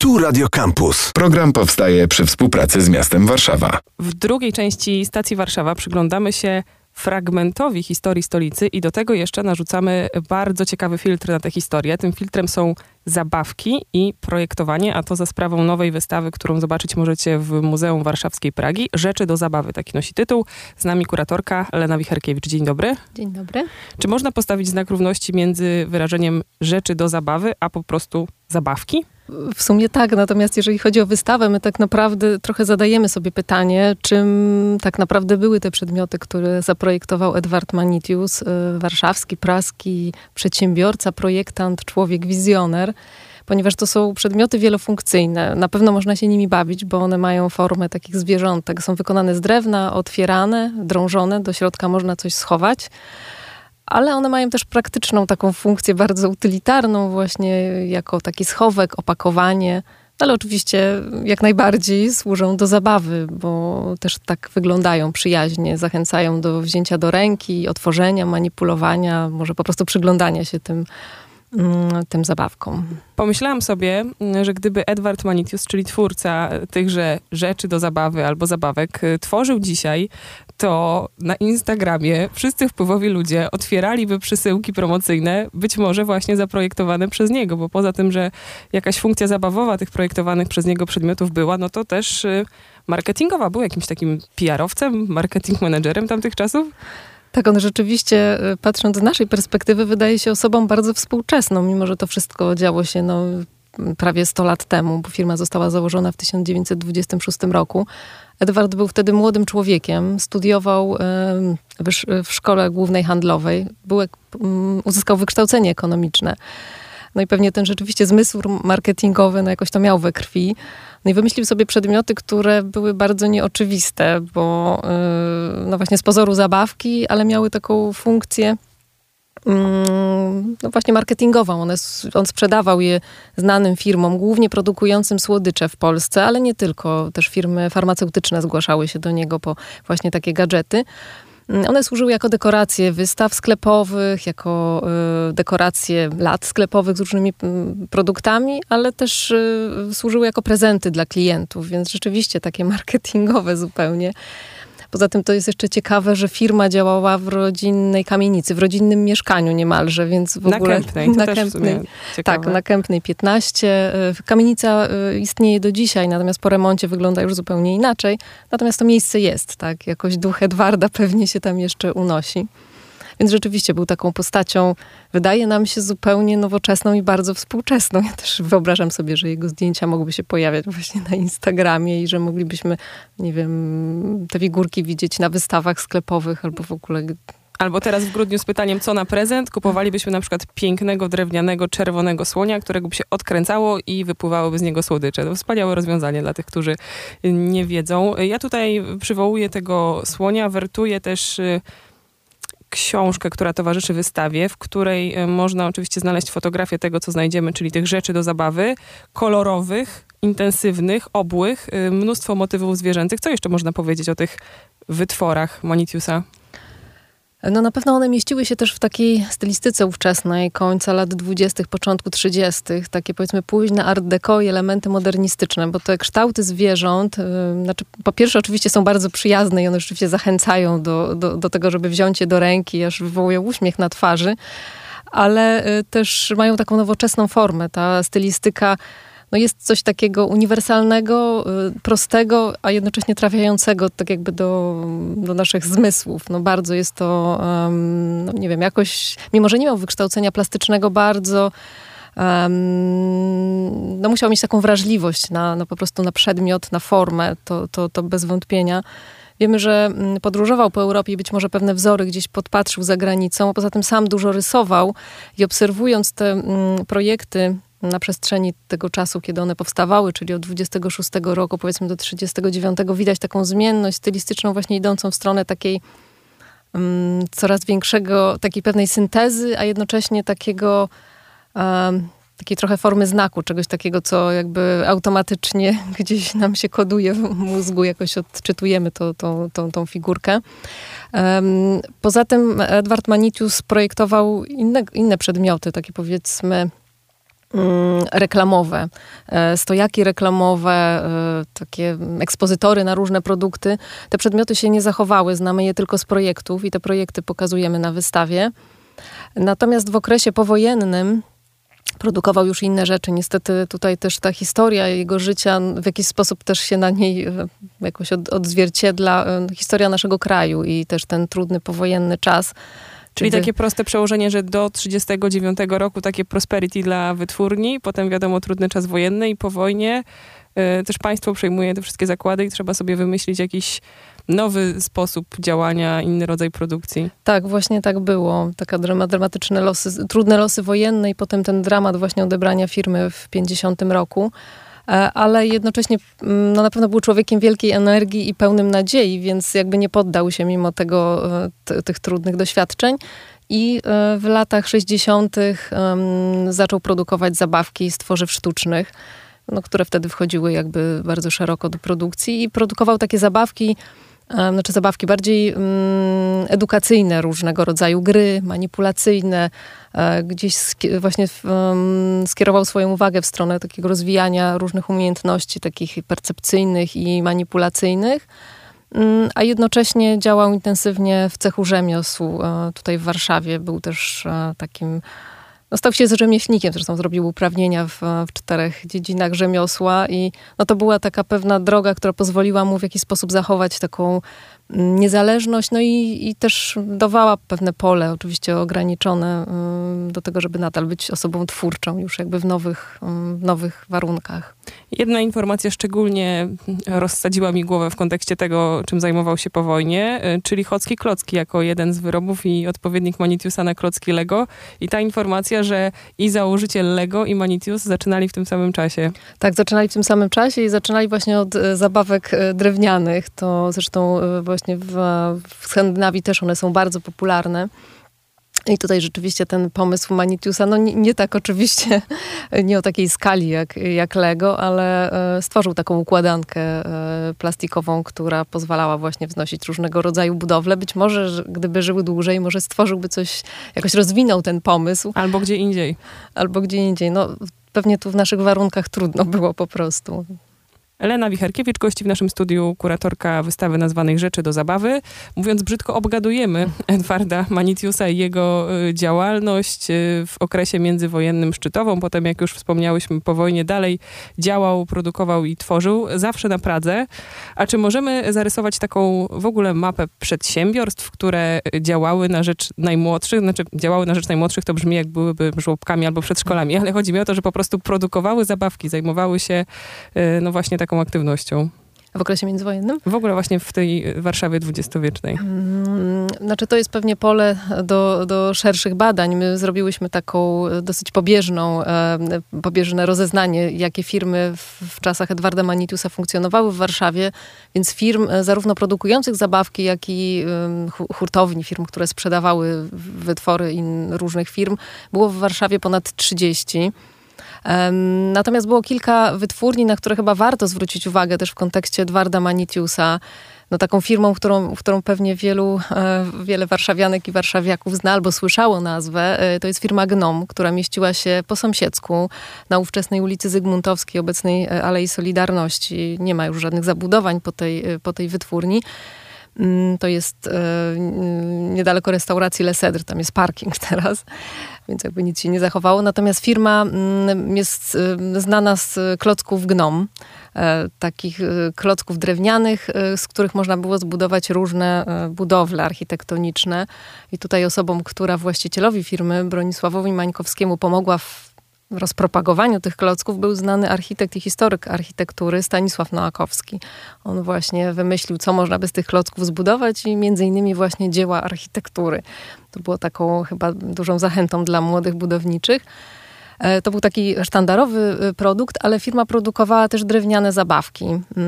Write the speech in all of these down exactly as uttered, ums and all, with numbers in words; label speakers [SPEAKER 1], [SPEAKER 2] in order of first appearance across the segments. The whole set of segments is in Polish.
[SPEAKER 1] Tu Radio Campus. Program powstaje przy współpracy z miastem Warszawa.
[SPEAKER 2] W drugiej części Stacji Warszawa przyglądamy się fragmentowi historii stolicy i do tego jeszcze narzucamy bardzo ciekawy filtr na tę historię. Tym filtrem są zabawki i projektowanie, a to za sprawą nowej wystawy, którą zobaczyć możecie w Muzeum Warszawskiej Pragi. Rzeczy do zabawy, taki nosi tytuł. Z nami kuratorka Lena Wicherkiewicz. Dzień dobry.
[SPEAKER 3] Dzień dobry.
[SPEAKER 2] Czy można postawić znak równości między wyrażeniem rzeczy do zabawy, a po prostu zabawki?
[SPEAKER 3] W sumie tak, natomiast jeżeli chodzi o wystawę, my tak naprawdę trochę zadajemy sobie pytanie, czym tak naprawdę były te przedmioty, które zaprojektował Edward Manitius, warszawski, praski przedsiębiorca, projektant, człowiek, wizjoner, ponieważ to są przedmioty wielofunkcyjne. Na pewno można się nimi bawić, bo one mają formę takich zwierzątek. Są wykonane z drewna, otwierane, drążone, do środka można coś schować. Ale one mają też praktyczną taką funkcję bardzo utylitarną właśnie jako taki schowek, opakowanie. Ale oczywiście jak najbardziej służą do zabawy, bo też tak wyglądają przyjaźnie. Zachęcają do wzięcia do ręki, otworzenia, manipulowania, może po prostu przyglądania się tym, tym zabawkom.
[SPEAKER 2] Pomyślałam sobie, że gdyby Edward Manitius, czyli twórca tychże rzeczy do zabawy albo zabawek, tworzył dzisiaj, to na Instagramie wszyscy wpływowi ludzie otwieraliby przesyłki promocyjne, być może właśnie zaprojektowane przez niego, bo poza tym, że jakaś funkcja zabawowa tych projektowanych przez niego przedmiotów była, no to też marketingowa. Był jakimś takim P R-owcem, marketing managerem tamtych czasów?
[SPEAKER 3] Tak, on rzeczywiście, patrząc z naszej perspektywy, wydaje się osobą bardzo współczesną, mimo że to wszystko działo się no, prawie sto lat temu, bo firma została założona w tysiąc dziewięćset dwudziestym szóstym roku. Edward był wtedy młodym człowiekiem, studiował w szkole głównej handlowej, był, uzyskał wykształcenie ekonomiczne. No i pewnie ten rzeczywiście zmysł marketingowy no jakoś to miał we krwi. No i wymyślił sobie przedmioty, które były bardzo nieoczywiste, bo no właśnie z pozoru zabawki, ale miały taką funkcję no właśnie marketingową. One, on sprzedawał je znanym firmom, głównie produkującym słodycze w Polsce, ale nie tylko. Też firmy farmaceutyczne zgłaszały się do niego po właśnie takie gadżety. One służyły jako dekoracje wystaw sklepowych, jako y, dekoracje lat sklepowych z różnymi y, produktami, ale też y, służyły jako prezenty dla klientów, więc rzeczywiście takie marketingowe zupełnie. Poza tym to jest jeszcze ciekawe, że firma działała w rodzinnej kamienicy, w rodzinnym mieszkaniu niemalże, więc w
[SPEAKER 2] na
[SPEAKER 3] ogóle...
[SPEAKER 2] Kępnej, to
[SPEAKER 3] na
[SPEAKER 2] też
[SPEAKER 3] Kępnej,
[SPEAKER 2] ciekawe.
[SPEAKER 3] Tak, na Kępnej piętnaście. Kamienica istnieje do dzisiaj, natomiast po remoncie wygląda już zupełnie inaczej. Natomiast to miejsce jest, tak? Jakoś duch Edwarda pewnie się tam jeszcze unosi. Więc rzeczywiście był taką postacią, wydaje nam się, zupełnie nowoczesną i bardzo współczesną. Ja też wyobrażam sobie, że jego zdjęcia mogłyby się pojawiać właśnie na Instagramie i że moglibyśmy, nie wiem, te figurki widzieć na wystawach sklepowych albo w ogóle...
[SPEAKER 2] Albo teraz w grudniu z pytaniem, co na prezent, kupowalibyśmy na przykład pięknego, drewnianego, czerwonego słonia, którego by się odkręcało i wypływałyby z niego słodycze. To wspaniałe rozwiązanie dla tych, którzy nie wiedzą. Ja tutaj przywołuję tego słonia, wertuję też książkę, która towarzyszy wystawie, w której można oczywiście znaleźć fotografię tego, co znajdziemy, czyli tych rzeczy do zabawy, kolorowych, intensywnych, obłych, mnóstwo motywów zwierzęcych. Co jeszcze można powiedzieć o tych wytworach Manitiusa?
[SPEAKER 3] No na pewno one mieściły się też w takiej stylistyce ówczesnej, końca lat dwudziestych, początku trzydziestych. Takie powiedzmy późne art deco i elementy modernistyczne, bo te kształty zwierząt, yy, znaczy po pierwsze oczywiście są bardzo przyjazne i one rzeczywiście zachęcają do, do, do tego, żeby wziąć je do ręki, aż wywołują uśmiech na twarzy, ale yy, też mają taką nowoczesną formę. Ta stylistyka no jest coś takiego uniwersalnego, y, prostego, a jednocześnie trafiającego tak jakby do, do naszych zmysłów. No bardzo jest to, um, no nie wiem, jakoś, mimo że nie miał wykształcenia plastycznego, bardzo um, no musiał mieć taką wrażliwość na, na po prostu na przedmiot, na formę, to, to, to bez wątpienia. Wiemy, że podróżował po Europie i być może pewne wzory gdzieś podpatrzył za granicą, a poza tym sam dużo rysował i obserwując te mm, projekty na przestrzeni tego czasu, kiedy one powstawały, czyli od dwudziestego szóstego roku, powiedzmy do trzydziestego dziewiątego, widać taką zmienność stylistyczną właśnie idącą w stronę takiej um, coraz większego, takiej pewnej syntezy, a jednocześnie takiego um, takiej trochę formy znaku, czegoś takiego, co jakby automatycznie gdzieś nam się koduje w mózgu, jakoś odczytujemy to, to, tą, tą figurkę. Um, poza tym Edward Manitius projektował inne, inne przedmioty, takie powiedzmy reklamowe, stojaki reklamowe, takie ekspozytory na różne produkty. Te przedmioty się nie zachowały, znamy je tylko z projektów i te projekty pokazujemy na wystawie. Natomiast w okresie powojennym produkował już inne rzeczy. Niestety tutaj też ta historia jego życia w jakiś sposób też się na niej jakoś od, odzwierciedla. Historia naszego kraju i też ten trudny powojenny czas.
[SPEAKER 2] Czyli takie proste przełożenie, że do trzydziestego dziewiątego roku takie prosperity dla wytwórni, potem wiadomo trudny czas wojenny i po wojnie y, też państwo przejmuje te wszystkie zakłady i trzeba sobie wymyślić jakiś nowy sposób działania, inny rodzaj produkcji.
[SPEAKER 3] Tak, właśnie tak było. Taka dramatyczne losy, trudne losy wojenne i potem ten dramat właśnie odebrania firmy w pięćdziesiątym roku. Ale jednocześnie no, na pewno był człowiekiem wielkiej energii i pełnym nadziei, więc jakby nie poddał się mimo tego, t- tych trudnych doświadczeń. I w latach sześćdziesiątych um, zaczął produkować zabawki z tworzyw sztucznych, no, które wtedy wchodziły jakby bardzo szeroko do produkcji i produkował takie zabawki, um, znaczy zabawki bardziej um, edukacyjne, różnego rodzaju gry, manipulacyjne. Gdzieś sk- właśnie um, skierował swoją uwagę w stronę takiego rozwijania różnych umiejętności, takich percepcyjnych i manipulacyjnych, um, a jednocześnie działał intensywnie w cechu rzemiosł. Uh, tutaj w Warszawie był też uh, takim, no stał się rzemieślnikiem, zresztą zrobił uprawnienia w, w czterech dziedzinach rzemiosła i no to była taka pewna droga, która pozwoliła mu w jakiś sposób zachować taką niezależność, no i, i też dawała pewne pole, oczywiście ograniczone do tego, żeby nadal być osobą twórczą już jakby w nowych, w nowych warunkach.
[SPEAKER 2] Jedna informacja szczególnie rozsadziła mi głowę w kontekście tego, czym zajmował się po wojnie, czyli Chocki Klocki jako jeden z wyrobów i odpowiednik Manitiusa na klocki Lego. I ta informacja, że i założyciel Lego i Manitius zaczynali w tym samym czasie.
[SPEAKER 3] Tak, zaczynali w tym samym czasie i zaczynali właśnie od zabawek drewnianych. To zresztą właśnie w, w Skandynawii też one są bardzo popularne. I tutaj rzeczywiście ten pomysł Manitiusa, no nie, nie tak oczywiście, nie o takiej skali jak, jak Lego, ale stworzył taką układankę plastikową, która pozwalała właśnie wznosić różnego rodzaju budowle. Być może, że gdyby żyły dłużej, może stworzyłby coś, jakoś rozwinął ten pomysł.
[SPEAKER 2] Albo gdzie indziej.
[SPEAKER 3] Albo gdzie indziej. No pewnie tu w naszych warunkach trudno było po prostu.
[SPEAKER 2] Elena Wicherkiewicz, gości w naszym studiu, kuratorka wystawy nazwanej Rzeczy do zabawy. Mówiąc brzydko, obgadujemy Edwarda Manitiusa i jego y, działalność y, w okresie międzywojennym szczytową. Potem, jak już wspomniałyśmy, po wojnie dalej działał, produkował i tworzył, zawsze na Pradze. A czy możemy zarysować taką w ogóle mapę przedsiębiorstw, które działały na rzecz najmłodszych? Znaczy, działały na rzecz najmłodszych, to brzmi jak byłyby żłobkami albo przedszkolami, ale chodzi mi o to, że po prostu produkowały zabawki, zajmowały się y, no właśnie tak taką aktywnością.
[SPEAKER 3] W okresie międzywojennym?
[SPEAKER 2] W ogóle właśnie w tej Warszawie dwudziestowiecznej.
[SPEAKER 3] Hmm, znaczy to jest pewnie pole do, do szerszych badań. My zrobiłyśmy taką dosyć pobieżną, e, pobieżne rozeznanie, jakie firmy w, w czasach Edwarda Manitiusa funkcjonowały w Warszawie, więc firm zarówno produkujących zabawki, jak i e, hurtowni, firm, które sprzedawały wytwory in, różnych firm, było w Warszawie ponad trzydzieści. Natomiast było kilka wytwórni, na które chyba warto zwrócić uwagę też w kontekście Edwarda Manitiusa. No, taką firmą, którą, którą pewnie wielu, wiele warszawianek i warszawiaków zna albo słyszało nazwę, to jest firma Gnom, która mieściła się po sąsiedzku na ówczesnej ulicy Zygmuntowskiej, obecnej Alei Solidarności. Nie ma już żadnych zabudowań po tej, po tej wytwórni. To jest e, niedaleko restauracji Le Cèdre, tam jest parking teraz, więc jakby nic się nie zachowało. Natomiast firma m, jest e, znana z klocków Gnom, e, takich e, klocków drewnianych, e, z których można było zbudować różne e, budowle architektoniczne. I tutaj osobą, która właścicielowi firmy, Bronisławowi Mańkowskiemu, pomogła w w rozpropagowaniu tych klocków był znany architekt i historyk architektury Stanisław Noakowski. On właśnie wymyślił, co można by z tych klocków zbudować i między innymi właśnie dzieła architektury. To było taką chyba dużą zachętą dla młodych budowniczych. To był taki sztandarowy produkt, ale firma produkowała też drewniane zabawki.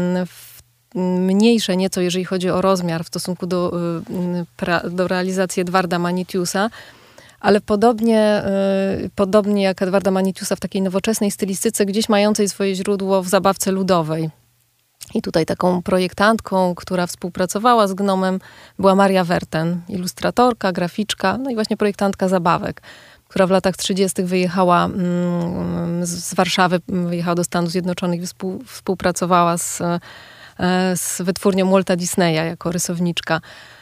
[SPEAKER 3] Mniejsze nieco, jeżeli chodzi o rozmiar w stosunku do, do realizacji Edwarda Manitiusa. Ale podobnie, y, podobnie jak Edwarda Manitiusa w takiej nowoczesnej stylistyce, gdzieś mającej swoje źródło w zabawce ludowej. I tutaj taką projektantką, która współpracowała z Gnomem, była Maria Werten, ilustratorka, graficzka, no i właśnie projektantka zabawek. która w latach trzydziestych wyjechała mm, z Warszawy, wyjechała do Stanów Zjednoczonych i współ, współpracowała z, z wytwórnią Walta Disneya jako rysowniczka.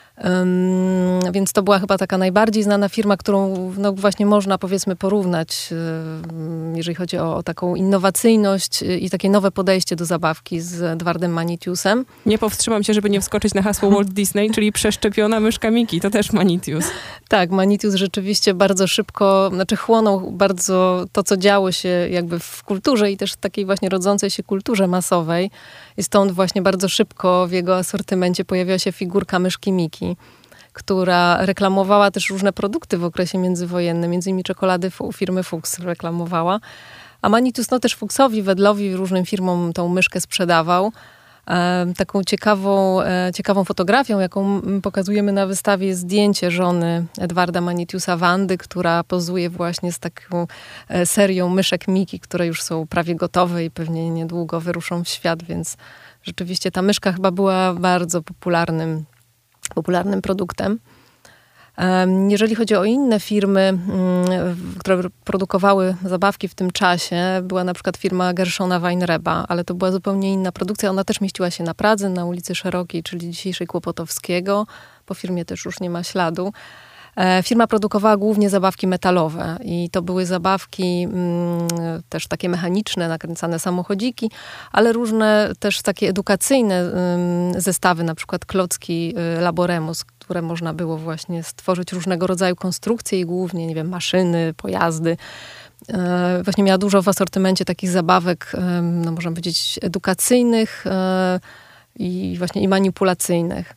[SPEAKER 3] Um, więc to była chyba taka najbardziej znana firma, którą no, właśnie można powiedzmy porównać, um, jeżeli chodzi o, o taką innowacyjność i takie nowe podejście do zabawki z Edwardem Manitiusem.
[SPEAKER 2] Nie powstrzymam się, żeby nie wskoczyć na hasło Walt Disney, czyli przeszczepiona myszka Miki. To też Manitius.
[SPEAKER 3] Tak, Manitius rzeczywiście bardzo szybko, znaczy chłonął bardzo to, co działo się jakby w kulturze i też w takiej właśnie rodzącej się kulturze masowej. I stąd właśnie bardzo szybko w jego asortymencie pojawiła się figurka myszki Miki, która reklamowała też różne produkty w okresie międzywojennym, między innymi czekolady firmy Fuchs reklamowała. A Manitius no też Fuchsowi, Wedlowi, różnym firmom tą myszkę sprzedawał. E, taką ciekawą, e, ciekawą fotografią, jaką pokazujemy na wystawie, jest zdjęcie żony Edwarda Manitiusa, Wandy, która pozuje właśnie z taką e, serią myszek Miki, które już są prawie gotowe i pewnie niedługo wyruszą w świat, więc rzeczywiście ta myszka chyba była bardzo popularnym popularnym produktem. Jeżeli chodzi o inne firmy, które produkowały zabawki w tym czasie, była na przykład firma Gershona Weinreba, ale to była zupełnie inna produkcja. Ona też mieściła się na Pradze, na ulicy Szerokiej, czyli dzisiejszej Kłopotowskiego. Po firmie też już nie ma śladu. Firma produkowała głównie zabawki metalowe i to były zabawki mm, też takie mechaniczne, nakręcane samochodziki, ale różne też takie edukacyjne mm, zestawy, na przykład klocki y, Laboremus, które można było właśnie stworzyć różnego rodzaju konstrukcje i głównie, nie wiem, maszyny, pojazdy. Y, właśnie miała dużo w asortymencie takich zabawek, y, no można powiedzieć, edukacyjnych y, i właśnie i manipulacyjnych.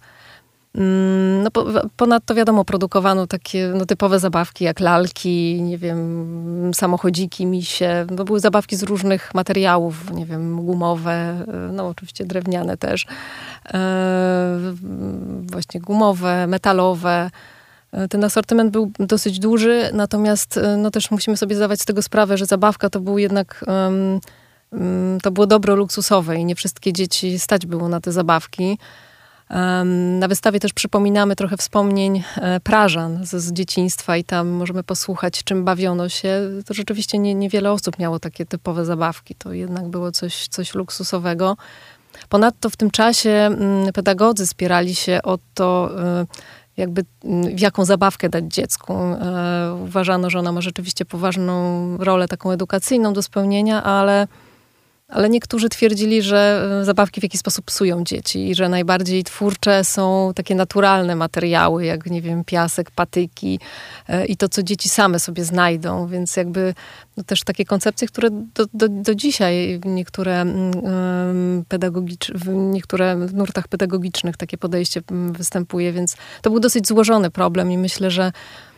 [SPEAKER 3] No, po, ponadto wiadomo, produkowano takie no, typowe zabawki jak lalki, nie wiem, samochodziki, misie. No, były zabawki z różnych materiałów, nie wiem, gumowe, no oczywiście drewniane też, e, właśnie gumowe, metalowe. Ten asortyment był dosyć duży, natomiast no, też musimy sobie zdawać z tego sprawę, że zabawka to był jednak um, to było dobro luksusowe i nie wszystkie dzieci stać było na te zabawki. Na wystawie też przypominamy trochę wspomnień Prażan z, z dzieciństwa i tam możemy posłuchać, czym bawiono się. To rzeczywiście nie, niewiele osób miało takie typowe zabawki. To jednak było coś, coś luksusowego. Ponadto w tym czasie pedagodzy spierali się o to, jakby w jaką zabawkę dać dziecku. Uważano, że ona ma rzeczywiście poważną rolę taką edukacyjną do spełnienia, ale Ale niektórzy twierdzili, że zabawki w jakiś sposób psują dzieci i że najbardziej twórcze są takie naturalne materiały, jak, nie wiem, piasek, patyki i to, co dzieci same sobie znajdą. Więc jakby no też takie koncepcje, które do, do, do dzisiaj niektóre um, pedagogicz, w niektóre nurtach pedagogicznych takie podejście występuje. Więc to był dosyć złożony problem i myślę, że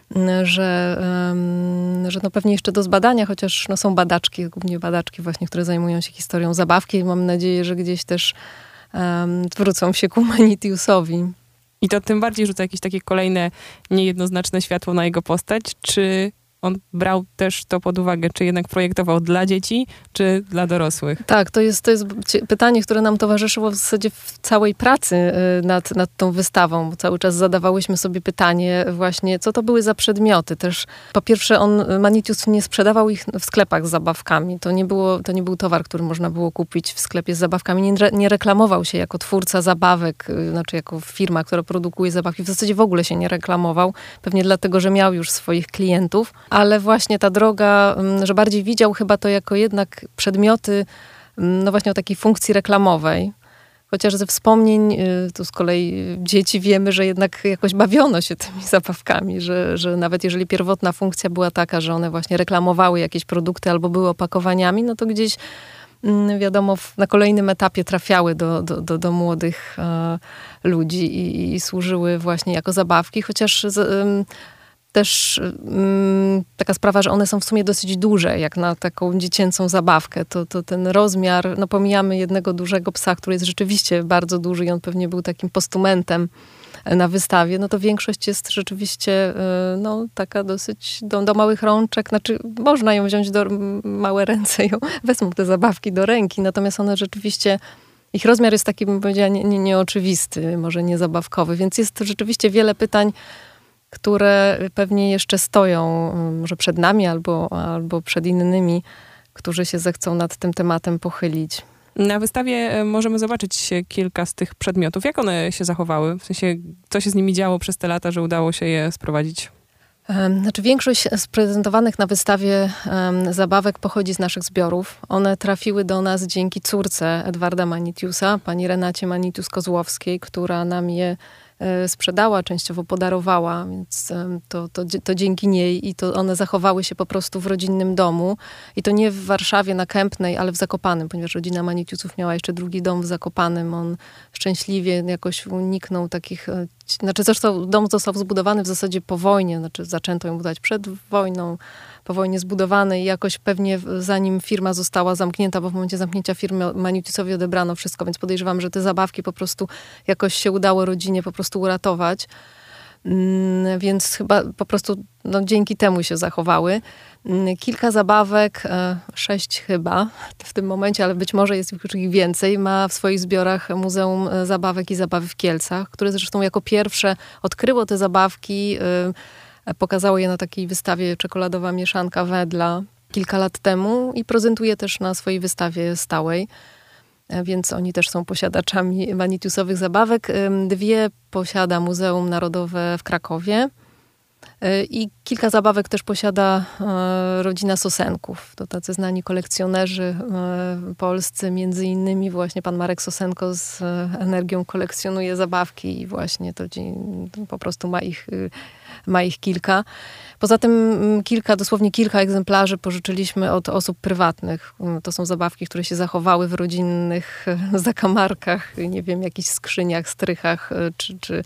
[SPEAKER 3] że, um, że no pewnie jeszcze do zbadania, chociaż no są badaczki, głównie badaczki właśnie, które zajmują się historią zabawki i mam nadzieję, że gdzieś też um, zwrócą się ku Manitiusowi.
[SPEAKER 2] I to tym bardziej rzuca jakieś takie kolejne niejednoznaczne światło na jego postać. Czy on brał też to pod uwagę, czy jednak projektował dla dzieci, czy dla dorosłych?
[SPEAKER 3] Tak, to jest, to jest pytanie, które nam towarzyszyło w zasadzie w całej pracy nad, nad tą wystawą, bo cały czas zadawałyśmy sobie pytanie właśnie, co to były za przedmioty. Też po pierwsze, on, Manitius nie sprzedawał ich w sklepach z zabawkami. To nie, było, to nie był towar, który można było kupić w sklepie z zabawkami. Nie, nie reklamował się jako twórca zabawek, znaczy jako firma, która produkuje zabawki. W zasadzie w ogóle się nie reklamował. Pewnie dlatego, że miał już swoich klientów. Ale właśnie ta droga, że bardziej widział chyba to jako jednak przedmioty, no właśnie o takiej funkcji reklamowej. Chociaż ze wspomnień, tu z kolei dzieci wiemy, że jednak jakoś bawiono się tymi zabawkami, że, że nawet jeżeli pierwotna funkcja była taka, że one właśnie reklamowały jakieś produkty albo były opakowaniami, no to gdzieś wiadomo, na kolejnym etapie trafiały do, do, do, do młodych e, ludzi i, i służyły właśnie jako zabawki, chociaż z, e, też um, taka sprawa, że one są w sumie dosyć duże, jak na taką dziecięcą zabawkę. To, to ten rozmiar, no pomijamy jednego dużego psa, który jest rzeczywiście bardzo duży i on pewnie był takim postumentem na wystawie, no to większość jest rzeczywiście no, taka dosyć do, do małych rączek. Znaczy, można ją wziąć do małe ręce, ją wezmą te zabawki do ręki, natomiast one rzeczywiście, ich rozmiar jest taki, bym powiedziała, nie, nie, nieoczywisty, może nie zabawkowy, więc jest rzeczywiście wiele pytań, które pewnie jeszcze stoją może przed nami albo, albo przed innymi, którzy się zechcą nad tym tematem pochylić.
[SPEAKER 2] Na wystawie możemy zobaczyć kilka z tych przedmiotów. Jak one się zachowały? W sensie, co się z nimi działo przez te lata, że udało się je sprowadzić?
[SPEAKER 3] Znaczy, większość z prezentowanych na wystawie um, zabawek pochodzi z naszych zbiorów. One trafiły do nas dzięki córce Edwarda Manitiusa, pani Renacie Manitius-Kozłowskiej, która nam je e, sprzedała, częściowo podarowała, więc e, to, to, to dzięki niej i to one zachowały się po prostu w rodzinnym domu. I to nie w Warszawie na Kępnej, ale w Zakopanem, ponieważ rodzina Manitiusów miała jeszcze drugi dom w Zakopanem. On szczęśliwie jakoś uniknął takich... E, Znaczy, zresztą dom został zbudowany w zasadzie po wojnie, znaczy zaczęto ją budować przed wojną, po wojnie zbudowany i jakoś pewnie zanim firma została zamknięta, bo w momencie zamknięcia firmy Manitiusowi odebrano wszystko, więc podejrzewam, że te zabawki po prostu jakoś się udało rodzinie po prostu uratować. Mm, więc chyba po prostu no, dzięki temu się zachowały. Mm, kilka zabawek, e, sześć chyba w tym momencie, ale być może jest już ich więcej, ma w swoich zbiorach Muzeum Zabawek i Zabawy w Kielcach, które zresztą jako pierwsze odkryło te zabawki, e, pokazało je na takiej wystawie Czekoladowa mieszanka Wedla kilka lat temu i prezentuje też na swojej wystawie stałej. Więc oni też są posiadaczami Manitiusowych zabawek. Dwie posiada Muzeum Narodowe w Krakowie i kilka zabawek też posiada rodzina Sosenków. To tacy znani kolekcjonerzy polscy, między innymi właśnie pan Marek Sosenko z energią kolekcjonuje zabawki i właśnie to po prostu ma ich, ma ich kilka. Poza tym kilka, dosłownie kilka egzemplarzy pożyczyliśmy od osób prywatnych. To są zabawki, które się zachowały w rodzinnych zakamarkach, nie wiem, jakichś skrzyniach, strychach, czy, czy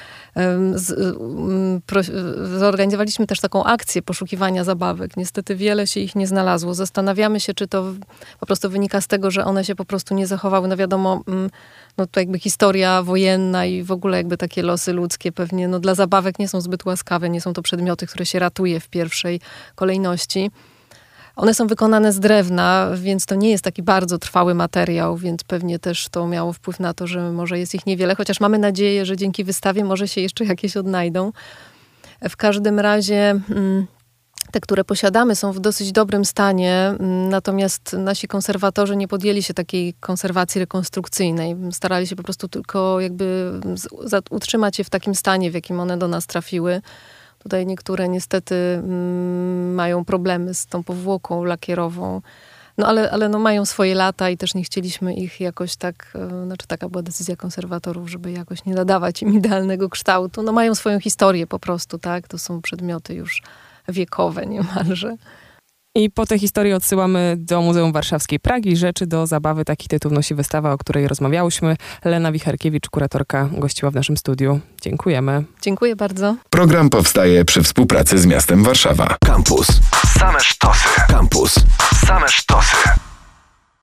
[SPEAKER 3] z, pro, zorganizowaliśmy też taką akcję poszukiwania zabawek. Niestety wiele się ich nie znalazło. Zastanawiamy się, czy to po prostu wynika z tego, że one się po prostu nie zachowały. No wiadomo, no to jakby historia wojenna i w ogóle jakby takie losy ludzkie pewnie no dla zabawek nie są zbyt łaskawe. Nie są to przedmioty, które się ratuje w pierwszej kolejności. One są wykonane z drewna, więc to nie jest taki bardzo trwały materiał, więc pewnie też to miało wpływ na to, że może jest ich niewiele, chociaż mamy nadzieję, że dzięki wystawie może się jeszcze jakieś odnajdą. W każdym razie te, które posiadamy, są w dosyć dobrym stanie, natomiast nasi konserwatorzy nie podjęli się takiej konserwacji rekonstrukcyjnej. Starali się po prostu tylko jakby utrzymać je w takim stanie, w jakim one do nas trafiły. Tutaj niektóre niestety mm, mają problemy z tą powłoką lakierową, no ale, ale no mają swoje lata i też nie chcieliśmy ich jakoś tak, e, znaczy taka była decyzja konserwatorów, żeby jakoś nie nadawać im idealnego kształtu. No mają swoją historię po prostu, tak? To są przedmioty już wiekowe niemalże.
[SPEAKER 2] I po tę historię odsyłamy do Muzeum Warszawskiej Pragi. Rzeczy do zabawy. Taki tytuł nosi wystawa, o której rozmawiałyśmy. Lena Wicherkiewicz, kuratorka, gościła w naszym studiu. Dziękujemy.
[SPEAKER 3] Dziękuję bardzo.
[SPEAKER 1] Program powstaje przy współpracy z miastem Warszawa.
[SPEAKER 4] Campus. Same sztosy. Campus. Same sztosy.